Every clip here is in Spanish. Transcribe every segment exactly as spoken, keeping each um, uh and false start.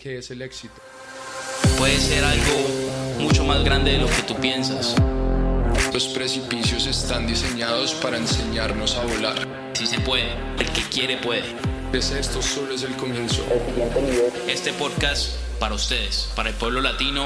¿Qué es el éxito? Puede ser algo mucho más grande de lo que tú piensas. Los precipicios están diseñados para enseñarnos a volar. Si se puede, el que quiere puede. Pues esto solo es el comienzo. Este podcast para ustedes, para el pueblo latino.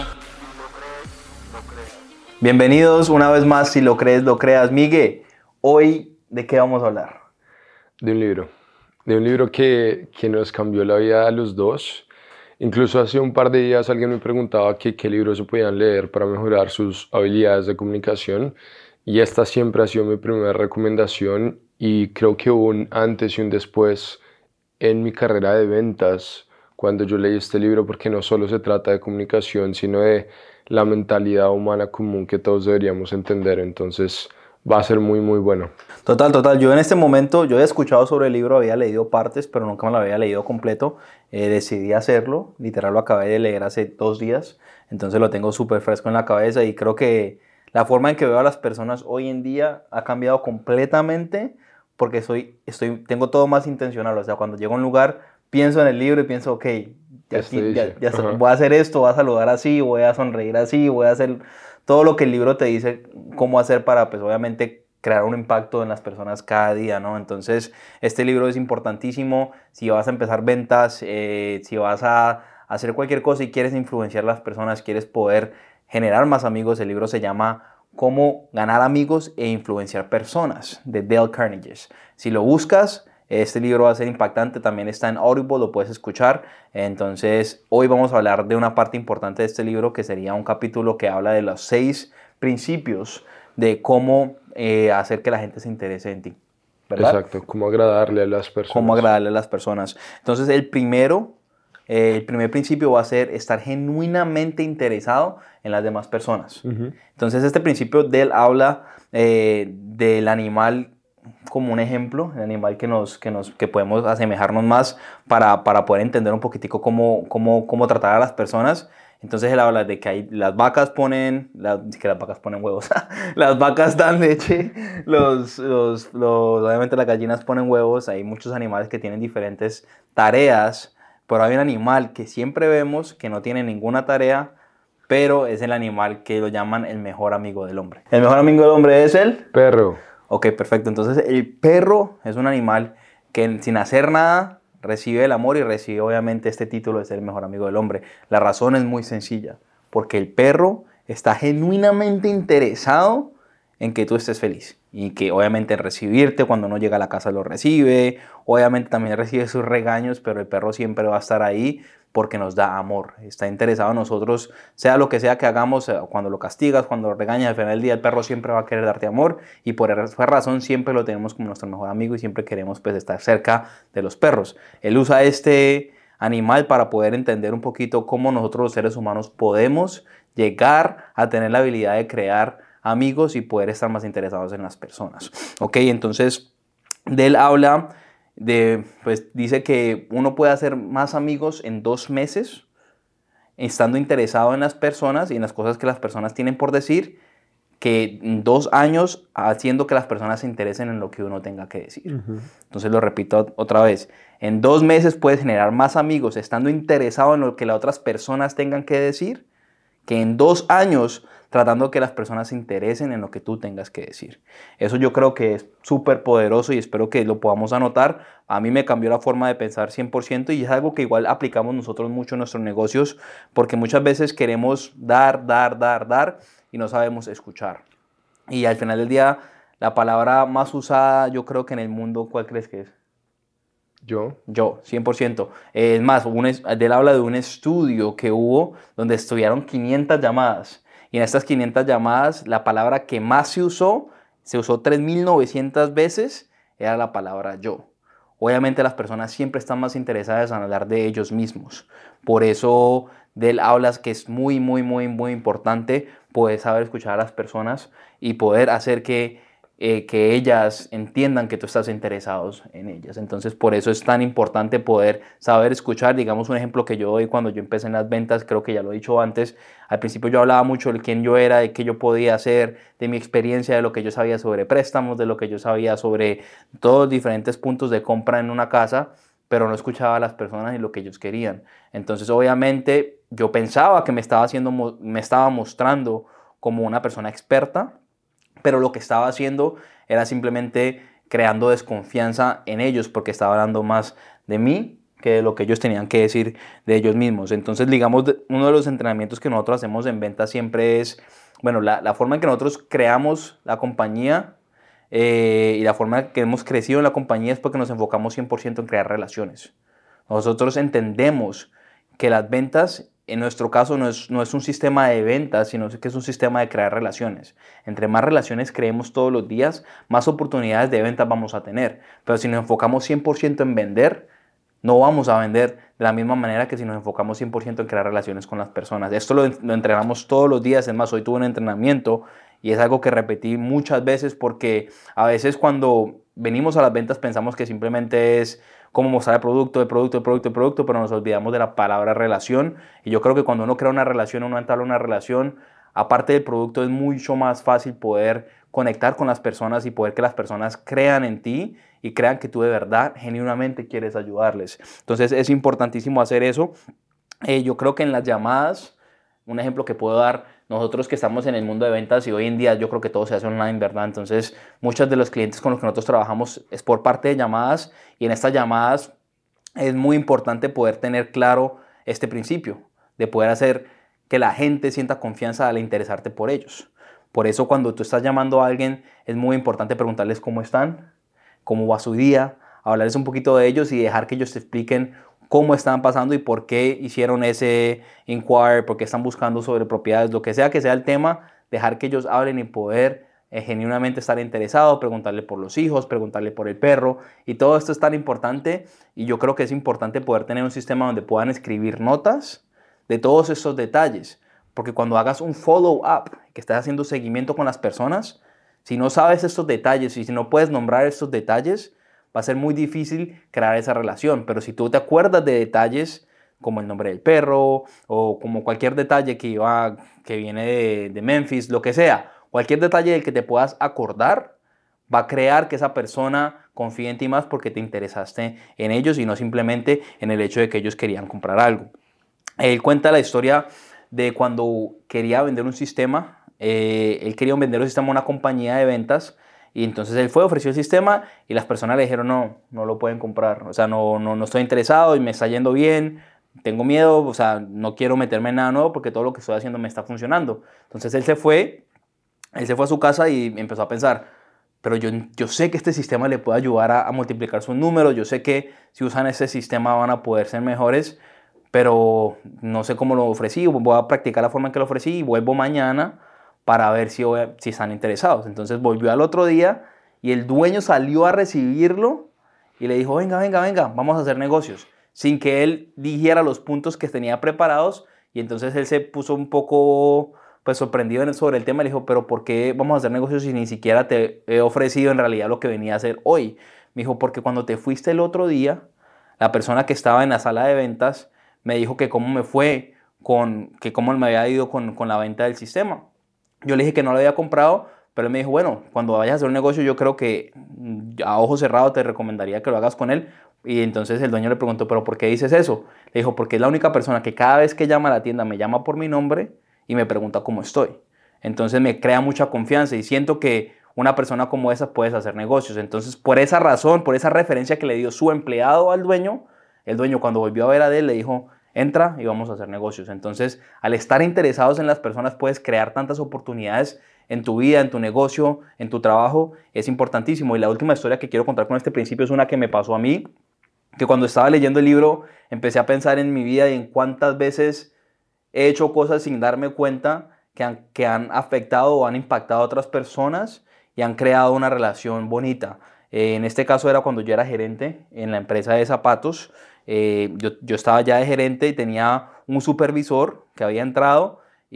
Bienvenidos una vez más, si lo crees, lo creas. Miguel, hoy, ¿de qué vamos a hablar? De un libro, de un libro que, que nos cambió la vida a los dos. Incluso hace un par de días alguien me preguntaba que qué libros se podían leer para mejorar sus habilidades de comunicación, y esta siempre ha sido mi primera recomendación, y creo que hubo un antes y un después en mi carrera de ventas cuando yo leí este libro, porque no solo se trata de comunicación, sino de la mentalidad humana común que todos deberíamos entender. Entonces va a ser muy muy bueno. Total, total. Yo en este momento, yo he escuchado sobre el libro, había leído partes, pero nunca me lo había leído completo. Eh, decidí hacerlo, literal lo acabé de leer hace dos días, entonces lo tengo súper fresco en la cabeza y creo que la forma en que veo a las personas hoy en día ha cambiado completamente porque soy, estoy, tengo todo más intencional. O sea, cuando llego a un lugar, pienso en el libro y pienso, ok, ya, Este ya, ya uh-huh. voy a hacer esto, voy a saludar así, voy a sonreír así, voy a hacer todo lo que el libro te dice cómo hacer para, pues obviamente, crear un impacto en las personas cada día, ¿no? Entonces, este libro es importantísimo. Si vas a empezar ventas, eh, si vas a hacer cualquier cosa y quieres influenciar a las personas, quieres poder generar más amigos, el libro se llama Cómo ganar amigos e influenciar personas, de Dale Carnegie. Si lo buscas, este libro va a ser impactante. También está en Audible, lo puedes escuchar. Entonces, hoy vamos a hablar de una parte importante de este libro, que sería un capítulo que habla de los seis principios de cómo eh, hacer que la gente se interese en ti, ¿verdad? Exacto, cómo agradarle a las personas. Cómo agradarle a las personas. Entonces, el primero, eh, el primer principio va a ser estar genuinamente interesado en las demás personas. Uh-huh. Entonces, este principio de él habla eh, del animal como un ejemplo, el animal que, nos, que, nos, que podemos asemejarnos más para, para poder entender un poquitico cómo, cómo, cómo tratar a las personas. Entonces él habla de que hay, las vacas ponen, las, que las vacas ponen huevos, las vacas dan leche, los, los, los, obviamente las gallinas ponen huevos, hay muchos animales que tienen diferentes tareas, pero hay un animal que siempre vemos que no tiene ninguna tarea, pero es el animal que lo llaman el mejor amigo del hombre. ¿El mejor amigo del hombre es el? Perro. Ok, perfecto. Entonces el perro es un animal que sin hacer nada recibe el amor y recibe obviamente este título de ser el mejor amigo del hombre. La razón es muy sencilla, porque el perro está genuinamente interesado en que tú estés feliz y que obviamente en recibirte cuando uno llega a la casa lo recibe, obviamente también recibe sus regaños, pero el perro siempre va a estar ahí porque nos da amor, está interesado en nosotros, sea lo que sea que hagamos, cuando lo castigas, cuando lo regañas, al final del día el perro siempre va a querer darte amor y por esa razón siempre lo tenemos como nuestro mejor amigo y siempre queremos pues estar cerca de los perros. Él usa este animal para poder entender un poquito cómo nosotros los seres humanos podemos llegar a tener la habilidad de crear amigos y poder estar más interesados en las personas. Ok, entonces de él habla de, pues dice que uno puede hacer más amigos en dos meses estando interesado en las personas y en las cosas que las personas tienen por decir, que en dos años haciendo que las personas se interesen en lo que uno tenga que decir. Uh-huh. Entonces lo repito otra vez, en dos meses puedes generar más amigos estando interesado en lo que las otras personas tengan que decir, que en dos años tratando que las personas se interesen en lo que tú tengas que decir. Eso yo creo que es súper poderoso y espero que lo podamos anotar. A mí me cambió la forma de pensar cien por ciento y es algo que igual aplicamos nosotros mucho en nuestros negocios, porque muchas veces queremos dar, dar, dar, dar y no sabemos escuchar. Y al final del día, la palabra más usada yo creo que en el mundo, ¿cuál crees que es? Yo. Yo, cien por ciento. Es más, un, él habla de un estudio que hubo donde estudiaron quinientas llamadas. Y en estas quinientas llamadas, la palabra que más se usó, se usó tres mil novecientas veces, era la palabra yo. Obviamente las personas siempre están más interesadas en hablar de ellos mismos. Por eso de él hablas que es muy, muy, muy, muy importante poder saber escuchar a las personas y poder hacer que Eh, que ellas entiendan que tú estás interesado en ellas. Entonces, por eso es tan importante poder saber escuchar. Digamos, un ejemplo que yo doy cuando yo empecé en las ventas, creo que ya lo he dicho antes, al principio yo hablaba mucho de quién yo era, de qué yo podía hacer, de mi experiencia, de lo que yo sabía sobre préstamos, de lo que yo sabía sobre todos los diferentes puntos de compra en una casa, pero no escuchaba a las personas y lo que ellos querían. Entonces, obviamente, yo pensaba que me estaba, haciendo, me estaba mostrando como una persona experta, pero lo que estaba haciendo era simplemente creando desconfianza en ellos porque estaba hablando más de mí que de lo que ellos tenían que decir de ellos mismos. Entonces, digamos, uno de los entrenamientos que nosotros hacemos en ventas siempre es, bueno, la, la forma en que nosotros creamos la compañía eh, y la forma en que hemos crecido en la compañía es porque nos enfocamos cien por ciento en crear relaciones. Nosotros entendemos que las ventas, en nuestro caso, no es, no es un sistema de ventas, sino que es un sistema de crear relaciones. Entre más relaciones creemos todos los días, más oportunidades de ventas vamos a tener. Pero si nos enfocamos cien por ciento en vender, no vamos a vender de la misma manera que si nos enfocamos cien por ciento en crear relaciones con las personas. Esto lo, lo entrenamos todos los días. Es más, hoy tuve un entrenamiento y es algo que repetí muchas veces porque a veces cuando venimos a las ventas pensamos que simplemente es cómo mostrar el producto, el producto, el producto, el producto, pero nos olvidamos de la palabra relación. Y yo creo que cuando uno crea una relación, uno entabla una relación, aparte del producto, es mucho más fácil poder conectar con las personas y poder que las personas crean en ti y crean que tú de verdad, genuinamente quieres ayudarles. Entonces es importantísimo hacer eso. Eh, yo creo que en las llamadas, un ejemplo que puedo dar, nosotros que estamos en el mundo de ventas y hoy en día yo creo que todo se hace online, ¿verdad? Entonces muchos de los clientes con los que nosotros trabajamos es por parte de llamadas y en estas llamadas es muy importante poder tener claro este principio, de poder hacer que la gente sienta confianza al interesarte por ellos. Por eso cuando tú estás llamando a alguien es muy importante preguntarles cómo están, cómo va su día, hablarles un poquito de ellos y dejar que ellos te expliquen cómo están pasando y por qué hicieron ese inquire, por qué están buscando sobre propiedades, lo que sea que sea el tema, dejar que ellos hablen y poder eh, genuinamente estar interesados, preguntarle por los hijos, preguntarle por el perro y todo esto es tan importante y yo creo que es importante poder tener un sistema donde puedan escribir notas de todos estos detalles, porque cuando hagas un follow-up, que estés haciendo seguimiento con las personas, si no sabes estos detalles y si no puedes nombrar estos detalles, va a ser muy difícil crear esa relación. Pero si tú te acuerdas de detalles como el nombre del perro o como cualquier detalle que, iba, que viene de, de Memphis, lo que sea, cualquier detalle del que te puedas acordar, va a crear que esa persona confíe en ti más porque te interesaste en ellos y no simplemente en el hecho de que ellos querían comprar algo. Él cuenta la historia de cuando quería vender un sistema. Eh, él quería vender un sistema a una compañía de ventas y entonces él fue, ofreció el sistema y las personas le dijeron no, no lo pueden comprar, o sea, no, no, no estoy interesado y me está yendo bien, tengo miedo, o sea, no quiero meterme en nada nuevo porque todo lo que estoy haciendo me está funcionando. Entonces él se fue, él se fue a su casa y empezó a pensar, pero yo, yo sé que este sistema le puede ayudar a, a multiplicar sus números, yo sé que si usan ese sistema van a poder ser mejores, pero no sé cómo lo ofrecí, voy a practicar la forma en que lo ofrecí y vuelvo mañana para ver si, si están interesados. Entonces volvió al otro día y el dueño salió a recibirlo y le dijo, venga, venga, venga, vamos a hacer negocios, sin que él dijera los puntos que tenía preparados y entonces él se puso un poco pues, sorprendido sobre el tema y le dijo, pero ¿por qué vamos a hacer negocios si ni siquiera te he ofrecido en realidad lo que venía a hacer hoy? Me dijo, porque cuando te fuiste el otro día, la persona que estaba en la sala de ventas me dijo que cómo me fue, con, que cómo me había ido con, con la venta del sistema. Yo le dije que no lo había comprado, pero él me dijo, bueno, cuando vayas a hacer un negocio yo creo que a ojo cerrado te recomendaría que lo hagas con él. Y entonces el dueño le preguntó, ¿pero por qué dices eso? Le dijo, porque es la única persona que cada vez que llama a la tienda me llama por mi nombre y me pregunta cómo estoy. Entonces me crea mucha confianza y siento que una persona como esa puedes hacer negocios. Entonces por esa razón, por esa referencia que le dio su empleado al dueño, el dueño cuando volvió a ver a él le dijo, entra y vamos a hacer negocios. Entonces, al estar interesados en las personas, puedes crear tantas oportunidades en tu vida, en tu negocio, en tu trabajo. Es importantísimo. Y la última historia que quiero contar con este principio es una que me pasó a mí, que cuando estaba leyendo el libro, empecé a pensar en mi vida y en cuántas veces he hecho cosas sin darme cuenta que han, que han afectado o han impactado a otras personas y han creado una relación bonita. Eh, en este caso era cuando yo era gerente en la empresa de zapatos. Eh, yo, yo estaba ya de gerente y tenía un supervisor que había entrado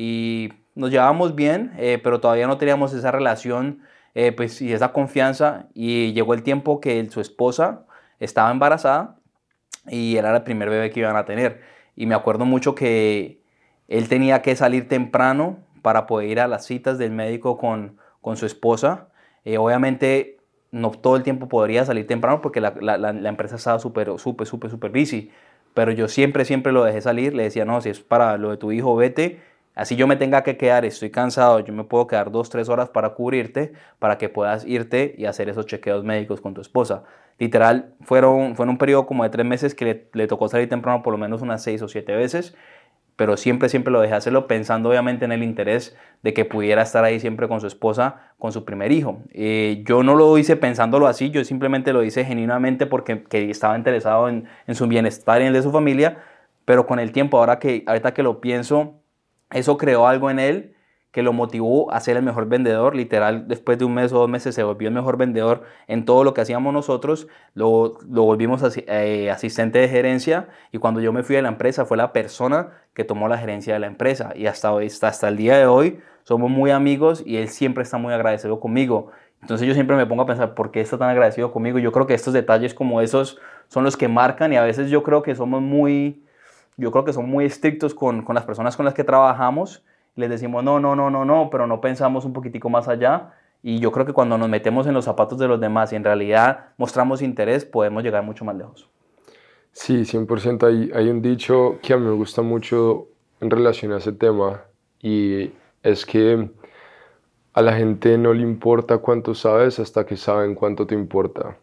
y nos llevábamos bien, eh, pero todavía no teníamos esa relación eh, pues, y esa confianza y llegó el tiempo que él, su esposa estaba embarazada y era el primer bebé que iban a tener y me acuerdo mucho que él tenía que salir temprano para poder ir a las citas del médico con, con su esposa. Eh, obviamente no todo el tiempo podría salir temprano porque la, la, la, la empresa estaba súper, súper, súper, súper busy. Pero yo siempre, siempre lo dejé salir. Le decía, no, si es para lo de tu hijo, vete. Así yo me tenga que quedar, estoy cansado, yo me puedo quedar dos, tres horas para cubrirte, para que puedas irte y hacer esos chequeos médicos con tu esposa. Literal, fueron, fueron un periodo como de tres meses que le, le tocó salir temprano por lo menos unas seis o siete veces. Pero siempre, siempre lo dejé hacerlo pensando obviamente en el interés de que pudiera estar ahí siempre con su esposa, con su primer hijo. Eh, yo no lo hice pensándolo así, yo simplemente lo hice genuinamente porque que estaba interesado en, en su bienestar y en el de su familia, pero con el tiempo, ahora que, ahorita que lo pienso, eso creó algo en él que lo motivó a ser el mejor vendedor. Literal, después de un mes o dos meses se volvió el mejor vendedor en todo lo que hacíamos nosotros. Lo, lo volvimos as, eh, asistente de gerencia y cuando yo me fui de la empresa fue la persona que tomó la gerencia de la empresa. Y hasta, hoy, hasta, hasta el día de hoy somos muy amigos y él siempre está muy agradecido conmigo. Entonces yo siempre me pongo a pensar, ¿por qué está tan agradecido conmigo? Yo creo que estos detalles como esos son los que marcan y a veces yo creo que somos muy, yo creo que son muy estrictos con, con las personas con las que trabajamos. Les decimos no, no, no, no, no, pero no pensamos un poquitico más allá. Y yo creo que cuando nos metemos en los zapatos de los demás y en realidad mostramos interés, podemos llegar mucho más lejos. Sí, cien por ciento. Hay, hay un dicho que a mí me gusta mucho en relación a ese tema y es que a la gente no le importa cuánto sabes hasta que saben cuánto te importa.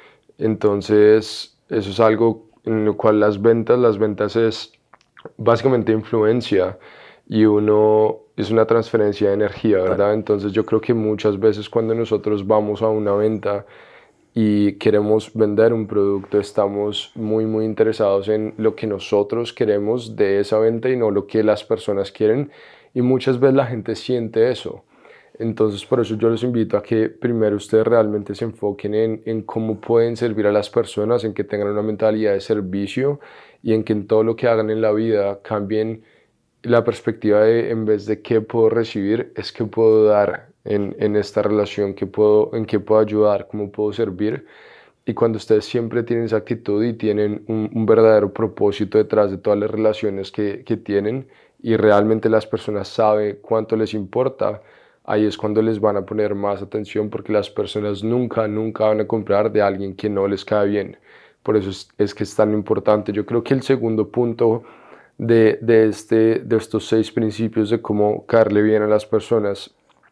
Entonces, eso es algo en lo cual las ventas, las ventas es básicamente influencia. Y uno es una transferencia de energía, ¿verdad? Entonces yo creo que muchas veces cuando nosotros vamos a una venta y queremos vender un producto, estamos muy, muy interesados en lo que nosotros queremos de esa venta y no lo que las personas quieren. Y muchas veces la gente siente eso. Entonces por eso yo los invito a que primero ustedes realmente se enfoquen en, en cómo pueden servir a las personas, en que tengan una mentalidad de servicio y en que en todo lo que hagan en la vida cambien la perspectiva de, en vez de qué puedo recibir, es qué puedo dar en, en esta relación, qué puedo, en qué puedo ayudar, cómo puedo servir. Y cuando ustedes siempre tienen esa actitud y tienen un, un verdadero propósito detrás de todas las relaciones que, que tienen y realmente las personas saben cuánto les importa, ahí es cuando les van a poner más atención porque las personas nunca, nunca van a comprar de alguien que no les cae bien. Por eso es, es que es tan importante. Yo creo que el segundo punto De, de, este, de estos seis principios de cómo caerle bien a las personas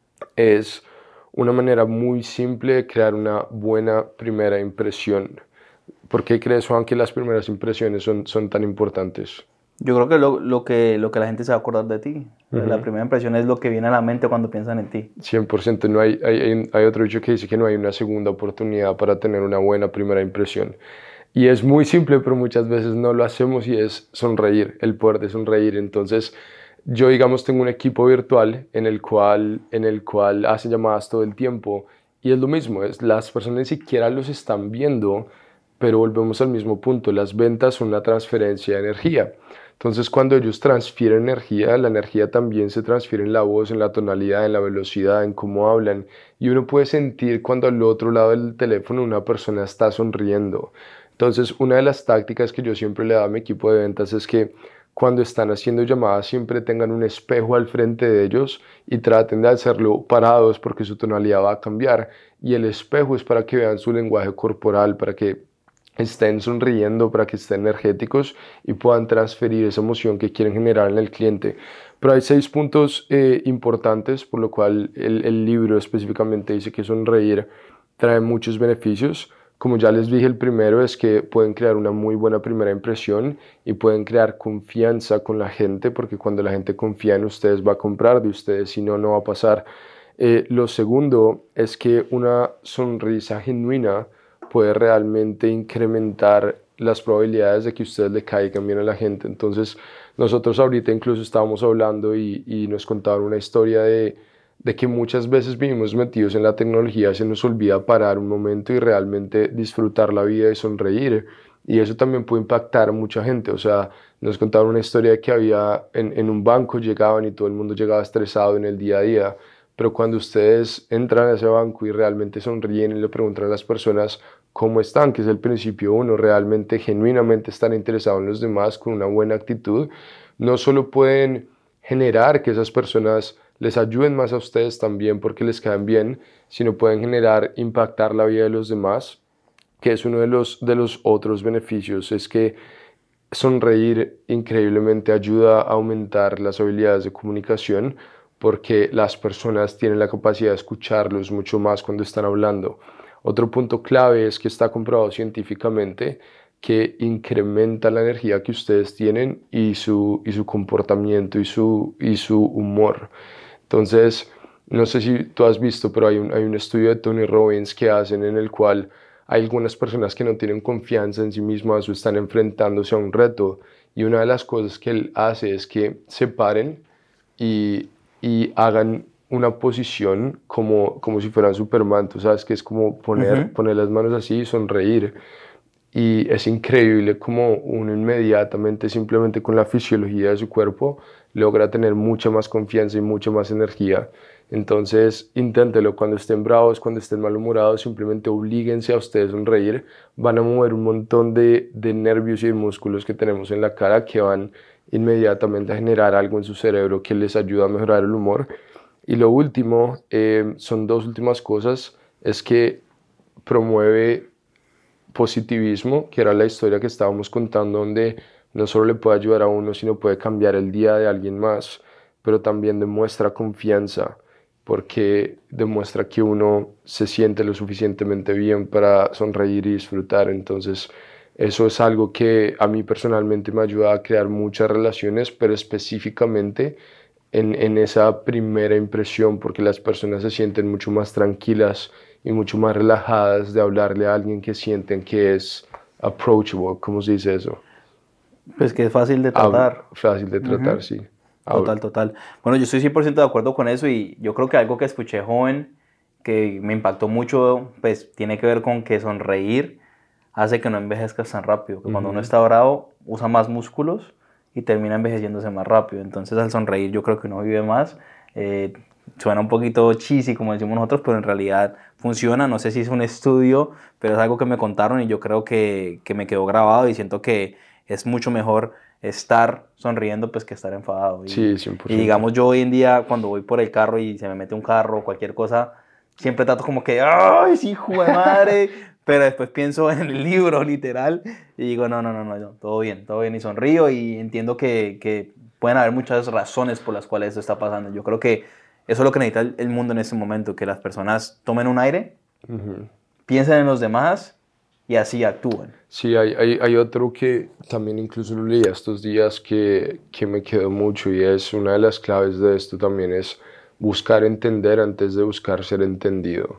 es una manera muy simple de crear una buena primera impresión. ¿Por qué crees, Juan, que las primeras impresiones son, son tan importantes? Yo creo que lo, lo que lo que la gente se va a acordar de ti. Uh-huh. La primera impresión es lo que viene a la mente cuando piensan en ti. cien por ciento. No hay, hay, hay otro dicho que dice que no hay una segunda oportunidad para tener una buena primera impresión. Y es muy simple, pero muchas veces no lo hacemos y es sonreír, el poder de sonreír. Entonces, yo, digamos, tengo un equipo virtual en el cual, en el cual hacen llamadas todo el tiempo y es lo mismo, es, las personas ni siquiera los están viendo, pero volvemos al mismo punto, las ventas son una transferencia de energía. Entonces, cuando ellos transfieren energía, la energía también se transfiere en la voz, en la tonalidad, en la velocidad, en cómo hablan. Y uno puede sentir cuando al otro lado del teléfono una persona está sonriendo. Entonces, una de las tácticas que yo siempre le doy a mi equipo de ventas es que cuando están haciendo llamadas siempre tengan un espejo al frente de ellos y traten de hacerlo parados porque su tonalidad va a cambiar. Y el espejo es para que vean su lenguaje corporal, para que estén sonriendo, para que estén energéticos y puedan transferir esa emoción que quieren generar en el cliente. Pero hay seis puntos eh, importantes, por lo cual el, el libro específicamente dice que sonreír trae muchos beneficios. Como ya les dije, el primero es que pueden crear una muy buena primera impresión y pueden crear confianza con la gente, porque cuando la gente confía en ustedes va a comprar de ustedes, si no, no va a pasar. Eh, lo segundo es que una sonrisa genuina puede realmente incrementar las probabilidades de que ustedes le caigan bien a la gente. Entonces, nosotros ahorita incluso estábamos hablando y, y nos contaron una historia de de que muchas veces vivimos metidos en la tecnología, se nos olvida parar un momento y realmente disfrutar la vida y sonreír, y eso también puede impactar a mucha gente. O sea, nos contaron una historia de que había en, en un banco, llegaban y todo el mundo llegaba estresado en el día a día, pero cuando ustedes entran a ese banco y realmente sonríen y le preguntan a las personas cómo están, que es el principio uno, realmente, genuinamente están interesados en los demás con una buena actitud, no solo pueden generar que esas personas les ayuden más a ustedes también porque les quedan bien, sino pueden generar, impactar la vida de los demás, que es uno de los, de los otros beneficios, es que sonreír increíblemente ayuda a aumentar las habilidades de comunicación porque las personas tienen la capacidad de escucharlos mucho más cuando están hablando. Otro punto clave es que está comprobado científicamente que incrementa la energía que ustedes tienen y su, y su comportamiento y su, y su humor. Entonces, no sé si tú has visto, pero hay un, hay un estudio de Tony Robbins que hacen en el cual hay algunas personas que no tienen confianza en sí mismas o están enfrentándose a un reto. Y una de las cosas que él hace es que se paren y, y hagan una posición como, como si fueran Superman. Tú sabes que es como poner, uh-huh. poner las manos así y sonreír. Y es increíble como uno inmediatamente, simplemente con la fisiología de su cuerpo, logra tener mucha más confianza y mucha más energía. Entonces, inténtelo cuando estén bravos, cuando estén malhumorados, simplemente oblíguense a ustedes a sonreír. Van a mover un montón de, de nervios y de músculos que tenemos en la cara que van inmediatamente a generar algo en su cerebro que les ayuda a mejorar el humor. Y lo último, eh, son dos últimas cosas, es que promueve positivismo, que era la historia que estábamos contando, donde no solo le puede ayudar a uno, sino puede cambiar el día de alguien más, pero también demuestra confianza, porque demuestra que uno se siente lo suficientemente bien para sonreír y disfrutar. Entonces, eso es algo que a mí personalmente me ayuda a crear muchas relaciones, pero específicamente en, en esa primera impresión, porque las personas se sienten mucho más tranquilas y mucho más relajadas de hablarle a alguien que sienten que es approachable. ¿Cómo se dice eso? Pues que es fácil de tratar. Ah, fácil de tratar, uh-huh. sí. Total, total. Bueno, yo estoy cien por ciento de acuerdo con eso y yo creo que algo que escuché joven que me impactó mucho, pues tiene que ver con que sonreír hace que no envejezcas tan rápido. Que uh-huh. Cuando uno está bravo, usa más músculos y termina envejeciéndose más rápido. Entonces, al sonreír yo creo que uno vive más. Eh, suena un poquito cheesy, como decimos nosotros, pero en realidad funciona. No sé si es un estudio, pero es algo que me contaron y yo creo que, que me quedó grabado y siento que es mucho mejor estar sonriendo pues que estar enfadado. Y, sí, cien por ciento. Y digamos, yo hoy en día cuando voy por el carro y se me mete un carro o cualquier cosa, siempre trato como que, ¡ay, sí, hijo de madre! Pero después pienso en el libro, literal, y digo, no, no, no, no, todo bien, todo bien, y sonrío y entiendo que, que pueden haber muchas razones por las cuales esto está pasando. Yo creo que eso es lo que necesita el mundo en este momento, que las personas tomen un aire, uh-huh. piensen en los demás y así actúan. Sí, hay, hay, hay otro que también incluso lo leí estos días que, que me quedó mucho y es una de las claves de esto también es buscar entender antes de buscar ser entendido.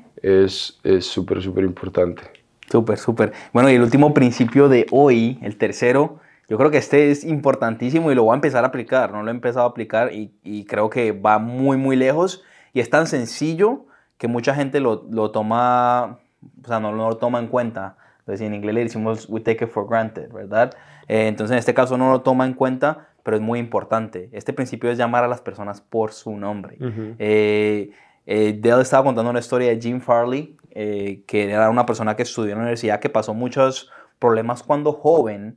Es súper, súper importante. Súper, súper. Bueno, y el último principio de hoy, el tercero, yo creo que este es importantísimo y lo voy a empezar a aplicar. No lo he empezado a aplicar y, y creo que va muy, muy lejos y es tan sencillo que mucha gente lo, lo toma, o sea, no, no lo toma en cuenta. Entonces, en inglés le decimos we take it for granted, ¿verdad? Eh, entonces, en este caso no lo toma en cuenta, pero es muy importante. Este principio es llamar a las personas por su nombre. Uh-huh. Eh, eh, Dale estaba contando una historia de Jim Farley, eh, que era una persona que estudió en la universidad, que pasó muchos problemas cuando joven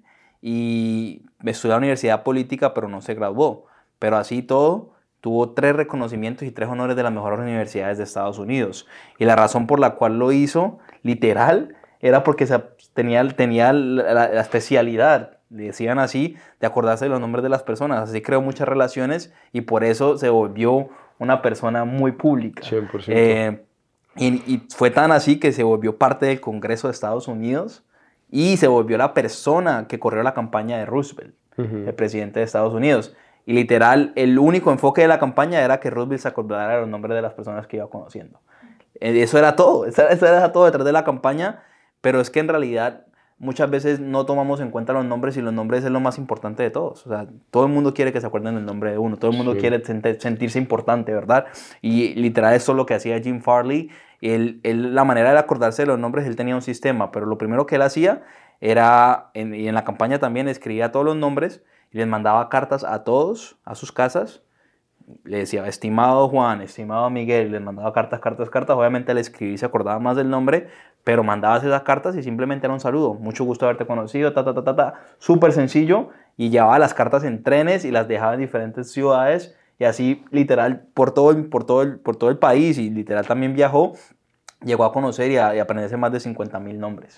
y estudió en la universidad política, pero no se graduó. Pero así todo, tuvo tres reconocimientos y tres honores de las mejores universidades de Estados Unidos. Y la razón por la cual lo hizo, literal, era porque se tenía, tenía la, la especialidad, le decían así, de acordarse de los nombres de las personas. Así creó muchas relaciones y por eso se volvió una persona muy pública. cien por ciento. Eh, y, y fue tan así que se volvió parte del Congreso de Estados Unidos y se volvió la persona que corrió la campaña de Roosevelt, uh-huh. el presidente de Estados Unidos. Y literal, el único enfoque de la campaña era que Roosevelt se acordara de los nombres de las personas que iba conociendo. Eso era todo, eso era todo detrás de la campaña. Pero es que en realidad muchas veces no tomamos en cuenta los nombres y los nombres es lo más importante de todos. O sea, todo el mundo quiere que se acuerden del nombre de uno, todo el mundo sí. quiere sent- sentirse importante, ¿verdad? Y literal eso es lo que hacía Jim Farley. Él, él, la manera de acordarse de los nombres, él tenía un sistema, pero lo primero que él hacía era, en, y en la campaña también, escribía todos los nombres y les mandaba cartas a todos, a sus casas. Le decía, estimado Juan, estimado Miguel, les mandaba cartas, cartas, cartas. Obviamente al escribir se acordaba más del nombre, pero mandabas esas cartas y simplemente era un saludo. Mucho gusto haberte conocido, ta, ta, ta, ta, ta. Súper sencillo. Y llevaba las cartas en trenes y las dejaba en diferentes ciudades. Y y así literal por todo, el, por, todo el, por todo el país y literal también viajó, llegó a conocer y a, y a aprenderse más de cincuenta mil nombres.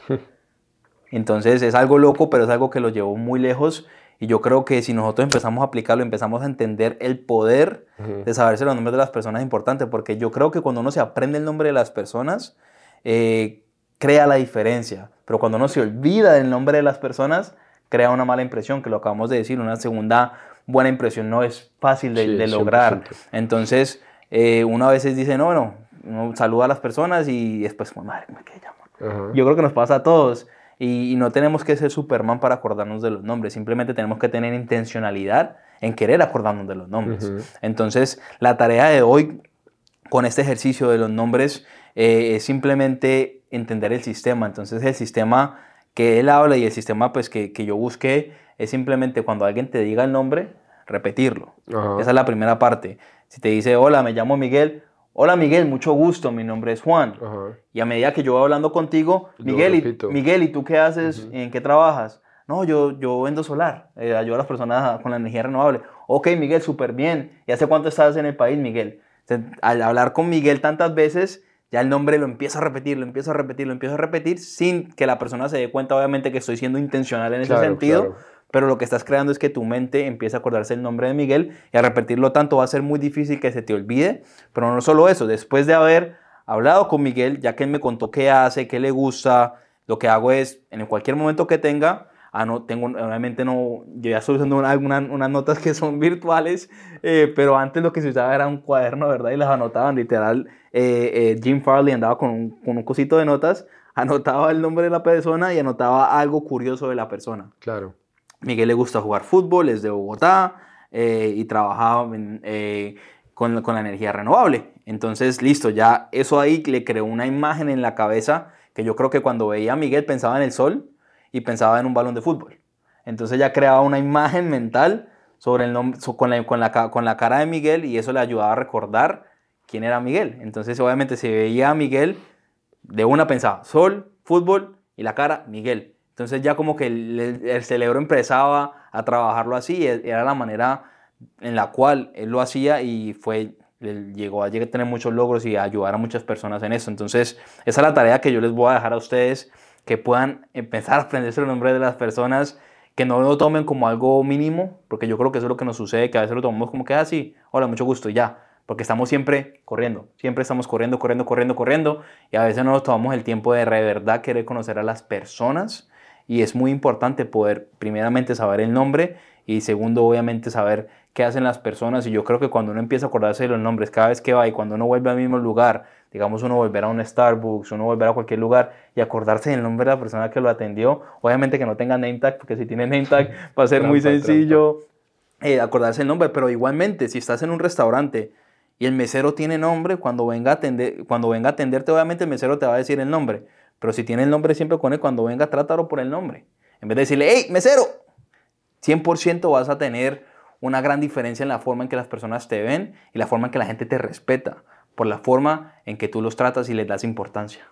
Entonces es algo loco, pero es algo que lo llevó muy lejos y yo creo que si nosotros empezamos a aplicarlo, empezamos a entender el poder uh-huh. de saberse los nombres de las personas es importante, porque yo creo que cuando uno se aprende el nombre de las personas, eh, crea la diferencia, pero cuando uno se olvida del nombre de las personas, crea una mala impresión, que lo acabamos de decir, una segunda buena impresión no es fácil de, sí, de lograr. cien por ciento. Entonces, eh, uno a veces dice, no, bueno, uno saluda a las personas y después, madre, ¿qué llamo? Uh-huh. Yo creo que nos pasa a todos. Y, y no tenemos que ser Superman para acordarnos de los nombres, simplemente tenemos que tener intencionalidad en querer acordarnos de los nombres. Uh-huh. Entonces, la tarea de hoy con este ejercicio de los nombres eh, es simplemente entender el sistema. Entonces, el sistema que él habla y el sistema pues, que, que yo busqué es simplemente cuando alguien te diga el nombre, repetirlo. Uh-huh. Esa es la primera parte. Si te dice, hola, me llamo Miguel, hola Miguel, mucho gusto, mi nombre es Juan. Uh-huh. Y a medida que yo voy hablando contigo, Miguel, y, Miguel, ¿y tú qué haces? Uh-huh. ¿En qué trabajas? No, yo, yo vendo solar, eh, ayudo a las personas con la energía renovable. Ok, Miguel, súper bien. ¿Y hace cuánto estás en el país, Miguel? O sea, al hablar con Miguel tantas veces, ya el nombre lo empiezo a repetir, lo empiezo a repetir, lo empiezo a repetir, sin que la persona se dé cuenta, obviamente, que estoy siendo intencional en claro, ese sentido. Claro. Pero lo que estás creando es que tu mente empiece a acordarse el nombre de Miguel y a repetirlo tanto va a ser muy difícil que se te olvide. Pero no solo eso, después de haber hablado con Miguel, ya que él me contó qué hace, qué le gusta, lo que hago es, en cualquier momento que tenga, ah, no, tengo, obviamente no, yo ya estoy usando una, una, unas notas que son virtuales, eh, pero antes lo que se usaba era un cuaderno, ¿verdad? Y las anotaban, literal, eh, eh, Jim Farley andaba con un, con un cosito de notas, anotaba el nombre de la persona y anotaba algo curioso de la persona. Claro. Miguel le gusta jugar fútbol, es de Bogotá eh, y trabaja en, eh, con, con la energía renovable. Entonces, listo, ya eso ahí le creó una imagen en la cabeza que yo creo que cuando veía a Miguel pensaba en el sol y pensaba en un balón de fútbol. Entonces ya creaba una imagen mental sobre el nombre, con, la, con, la, con la cara de Miguel y eso le ayudaba a recordar quién era Miguel. Entonces, obviamente, si veía a Miguel, de una pensaba sol, fútbol y la cara, Miguel. Entonces ya como que el, el cerebro empezaba a trabajarlo así, era la manera en la cual él lo hacía y fue, llegó a llegar a tener muchos logros y a ayudar a muchas personas en eso. Entonces esa es la tarea que yo les voy a dejar a ustedes, que puedan empezar a aprenderse los nombres de las personas, que no lo tomen como algo mínimo, porque yo creo que eso es lo que nos sucede, que a veces lo tomamos como que así, hola, mucho gusto y ya. Porque estamos siempre corriendo, siempre estamos corriendo, corriendo, corriendo, corriendo y a veces no nos tomamos el tiempo de de verdad querer conocer a las personas. Y es muy importante poder, primeramente, saber el nombre y segundo, obviamente, saber qué hacen las personas. Y yo creo que cuando uno empieza a acordarse de los nombres cada vez que va y cuando uno vuelve al mismo lugar, digamos, uno volverá a un Starbucks, uno volverá a cualquier lugar y acordarse del nombre de la persona que lo atendió, obviamente que no tenga name tag, porque si tiene name tag va a ser muy sencillo eh, acordarse el nombre. Pero igualmente, si estás en un restaurante y el mesero tiene nombre, cuando venga a atender, cuando venga a atenderte, obviamente el mesero te va a decir el nombre. Pero si tiene el nombre siempre con él, cuando venga, trátalo por el nombre. En vez de decirle, ¡hey, mesero! cien por ciento vas a tener una gran diferencia en la forma en que las personas te ven y la forma en que la gente te respeta, por la forma en que tú los tratas y les das importancia.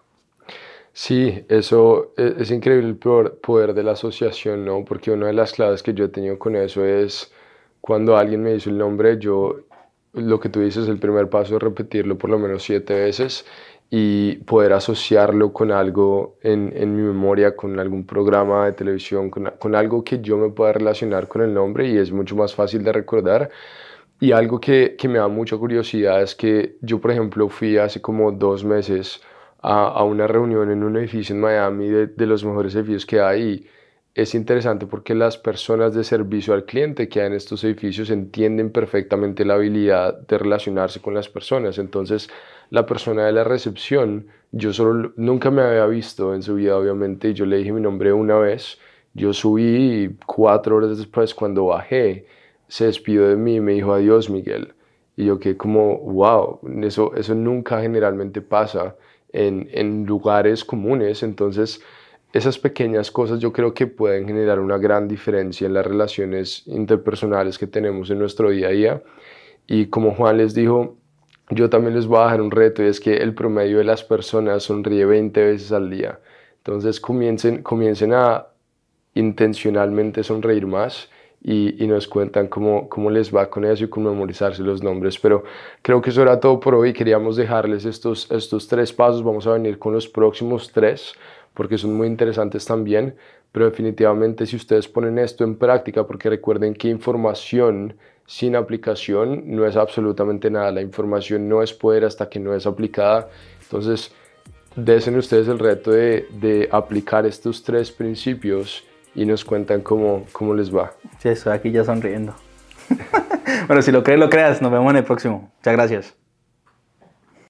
Sí, eso es, es increíble el poder, poder de la asociación, ¿no? Porque una de las claves que yo he tenido con eso es cuando alguien me dice el nombre, yo, lo que tú dices, el primer paso es repetirlo por lo menos siete veces y poder asociarlo con algo en, en mi memoria, con algún programa de televisión, con, con algo que yo me pueda relacionar con el nombre y es mucho más fácil de recordar. Y algo que, que me da mucha curiosidad es que yo, por ejemplo, fui hace como dos meses a, a una reunión en un edificio en Miami de, de los mejores edificios que hay y es interesante porque las personas de servicio al cliente que hay en estos edificios entienden perfectamente la habilidad de relacionarse con las personas. Entonces, la persona de la recepción, yo solo nunca me había visto en su vida, obviamente, y yo le dije mi nombre una vez. Yo subí y cuatro horas después, cuando bajé, se despidió de mí y me dijo adiós, Miguel. Y yo quedé como, wow, eso, eso nunca generalmente pasa en, en lugares comunes. Entonces, esas pequeñas cosas yo creo que pueden generar una gran diferencia en las relaciones interpersonales que tenemos en nuestro día a día. Y como Juan les dijo, yo también les voy a dejar un reto y es que el promedio de las personas sonríe veinte veces al día. Entonces comiencen, comiencen a intencionalmente sonreír más y, y nos cuentan cómo, cómo les va con eso y con memorizarse los nombres. Pero creo que eso era todo por hoy. Queríamos dejarles estos, estos tres pasos. Vamos a venir con los próximos tres porque son muy interesantes también. Pero definitivamente si ustedes ponen esto en práctica, porque recuerden que información sin aplicación no es absolutamente nada. La información no es poder hasta que no es aplicada. Entonces, desen ustedes el reto de, de aplicar estos tres principios y nos cuentan cómo, cómo les va. Sí, estoy aquí ya sonriendo. Bueno, si lo crees, lo creas. Nos vemos en el próximo. Muchas gracias.